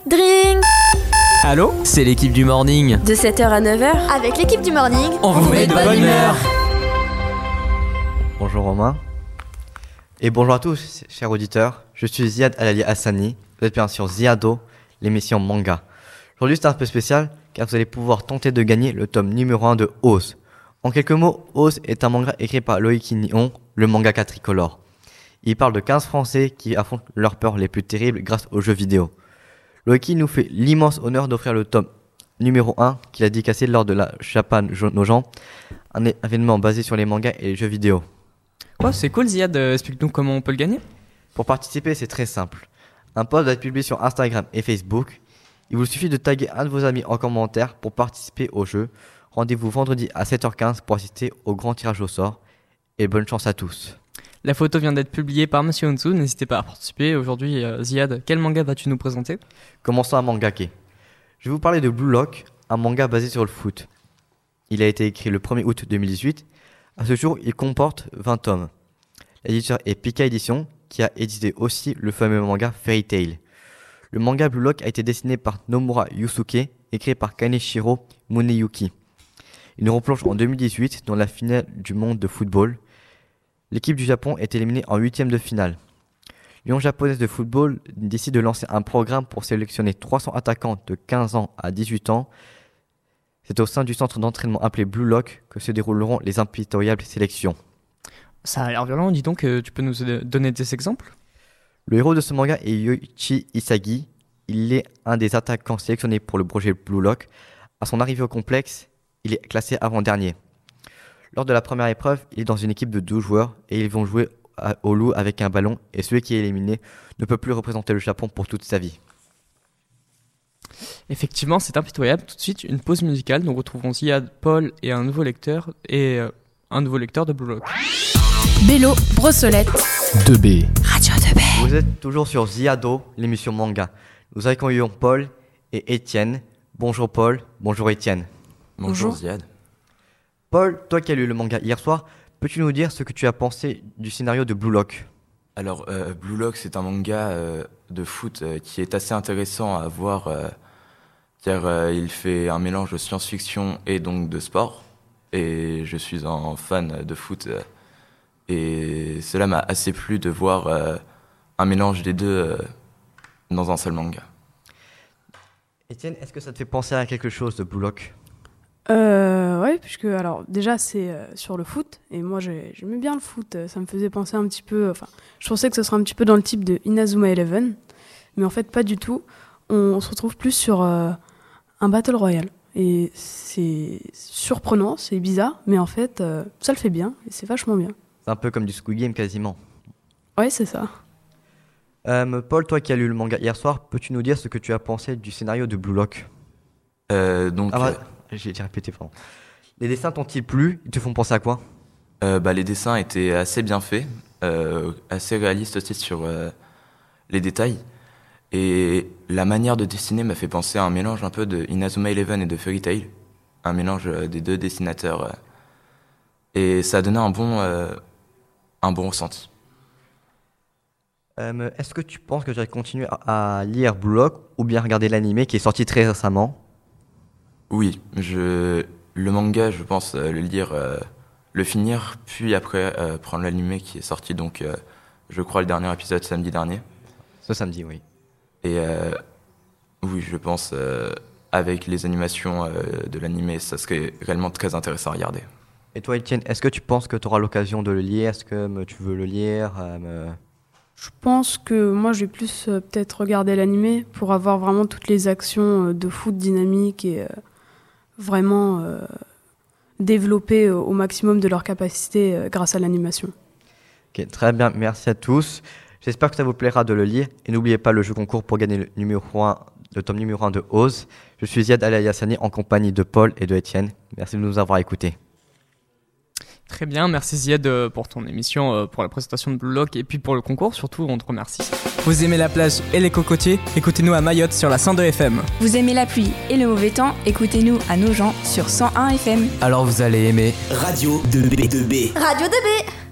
Drink. Allô, c'est l'équipe du morning. De 7h à 9h, avec l'équipe du morning, on vous met de bonne humeur. Bonjour Romain. Et bonjour à tous, chers auditeurs. Je suis Ziad Alali Hassani. Vous êtes bien sûr Ziado, l'émission manga. Aujourd'hui c'est un peu spécial car vous allez pouvoir tenter de gagner le tome numéro 1 de Oz. En quelques mots, Oz est un manga écrit par Loiki Nihon, le mangaka tricolore. Il parle de 15 Français qui affrontent leurs peurs les plus terribles grâce aux jeux vidéo. Loiki nous fait l'immense honneur d'offrir le tome numéro 1 qu'il a dédicacé lors de la Japan Nojan, un événement basé sur les mangas et les jeux vidéo. Oh, c'est cool Ziad, explique-nous comment on peut le gagner. Pour participer, c'est très simple. Un post va être publié sur Instagram et Facebook. Il vous suffit de taguer un de vos amis en commentaire pour participer au jeu. Rendez-vous vendredi à 7h15 pour assister au grand tirage au sort. Et bonne chance à tous. La photo vient d'être publiée par Monsieur Onsu, n'hésitez pas à participer. Aujourd'hui, Ziad, quel manga vas-tu nous présenter ? Commençons à mangake. Je vais vous parler de Blue Lock, un manga basé sur le foot. Il a été écrit le 1er août 2018. À ce jour, il comporte 20 tomes. L'éditeur est Pika Edition, qui a édité aussi le fameux manga Fairy Tail. Le manga Blue Lock a été dessiné par Nomura Yusuke et créé par Kaneshiro Muneyuki. Il nous replonge en 2018 dans la finale du monde de football. L'équipe du Japon est éliminée en 8e de finale. L'Union japonaise de football décide de lancer un programme pour sélectionner 300 attaquants de 15 ans à 18 ans. C'est au sein du centre d'entraînement appelé Blue Lock que se dérouleront les impitoyables sélections. Ça a l'air violent, dis donc, tu peux nous donner des exemples ? Le héros de ce manga est Yoichi Isagi. Il est un des attaquants sélectionnés pour le projet Blue Lock. À son arrivée au complexe, il est classé avant-dernier. Lors de la première épreuve, il est dans une équipe de 12 joueurs et ils vont jouer au loup avec un ballon et celui qui est éliminé ne peut plus représenter le Japon pour toute sa vie. Effectivement, c'est impitoyable. Tout de suite, une pause musicale. Nous retrouvons Ziad, Paul et un nouveau lecteur de Blue Lock. Bélo, Brossolette. 2B. Radio 2B. Vous êtes toujours sur Ziado, l'émission manga. Nous accueillons Paul et Étienne. Bonjour Paul, bonjour Étienne. Bonjour Ziad. Paul, toi qui as lu le manga hier soir, peux-tu nous dire ce que tu as pensé du scénario de Blue Lock ? Alors, Blue Lock, c'est un manga de foot qui est assez intéressant à voir, car il fait un mélange de science-fiction et donc de sport. Et je suis un fan de foot, et cela m'a assez plu de voir un mélange des deux dans un seul manga. Étienne, est-ce que ça te fait penser à quelque chose de Blue Lock ? Ouais, puisque alors déjà c'est sur le foot et moi j'aimais bien le foot, ça me faisait penser un petit peu, enfin je pensais que ce serait un petit peu dans le type de Inazuma Eleven, mais en fait pas du tout. On se retrouve plus sur un battle royale et c'est surprenant, c'est bizarre, mais en fait ça le fait bien et c'est vachement bien. C'est un peu comme du Squid Game quasiment. Ouais, c'est ça. Paul, toi qui as lu le manga hier soir, peux-tu nous dire ce que tu as pensé du scénario de Blue Lock ? J'ai répété, pardon. Les dessins t'ont-ils plu ? Ils te font penser à quoi ? Les dessins étaient assez bien faits, assez réalistes aussi sur les détails. Et la manière de dessiner m'a fait penser à un mélange un peu de Inazuma Eleven et de Fairy Tail. Un mélange des deux dessinateurs. Et ça a donné un bon ressenti. Est-ce que tu penses que tu vas continuer à lire Blue Lock ou bien regarder l'anime qui est sorti très récemment ? Oui, le manga, je pense le lire, le finir, puis après prendre l'anime qui est sorti, donc je crois le dernier épisode samedi dernier. Ce samedi, oui. Et oui, je pense avec les animations de l'anime, ça serait réellement très intéressant à regarder. Et toi, Étienne, est-ce que tu penses que tu auras l'occasion de le lire ? Est-ce que tu veux le lire ? Je pense que moi je vais plus peut-être regarder l'animé pour avoir vraiment toutes les actions de foot dynamiques et vraiment développer au maximum de leur capacité grâce à l'animation. Ok, très bien, merci à tous. J'espère que ça vous plaira de le lire. Et n'oubliez pas le jeu concours pour gagner le tome numéro 1 de Oz. Je suis Ziad Alayassani en compagnie de Paul et de Étienne. Merci de nous avoir écoutés. Très bien, merci Ziad pour ton émission, pour la présentation de Blue Lock et puis pour le concours, surtout on te remercie. Vous aimez la plage et les cocotiers ? Écoutez-nous à Mayotte sur la 102 FM. Vous aimez la pluie et le mauvais temps ? Écoutez-nous à Nogent sur 101 FM. Alors vous allez aimer Radio 2B. Radio 2B.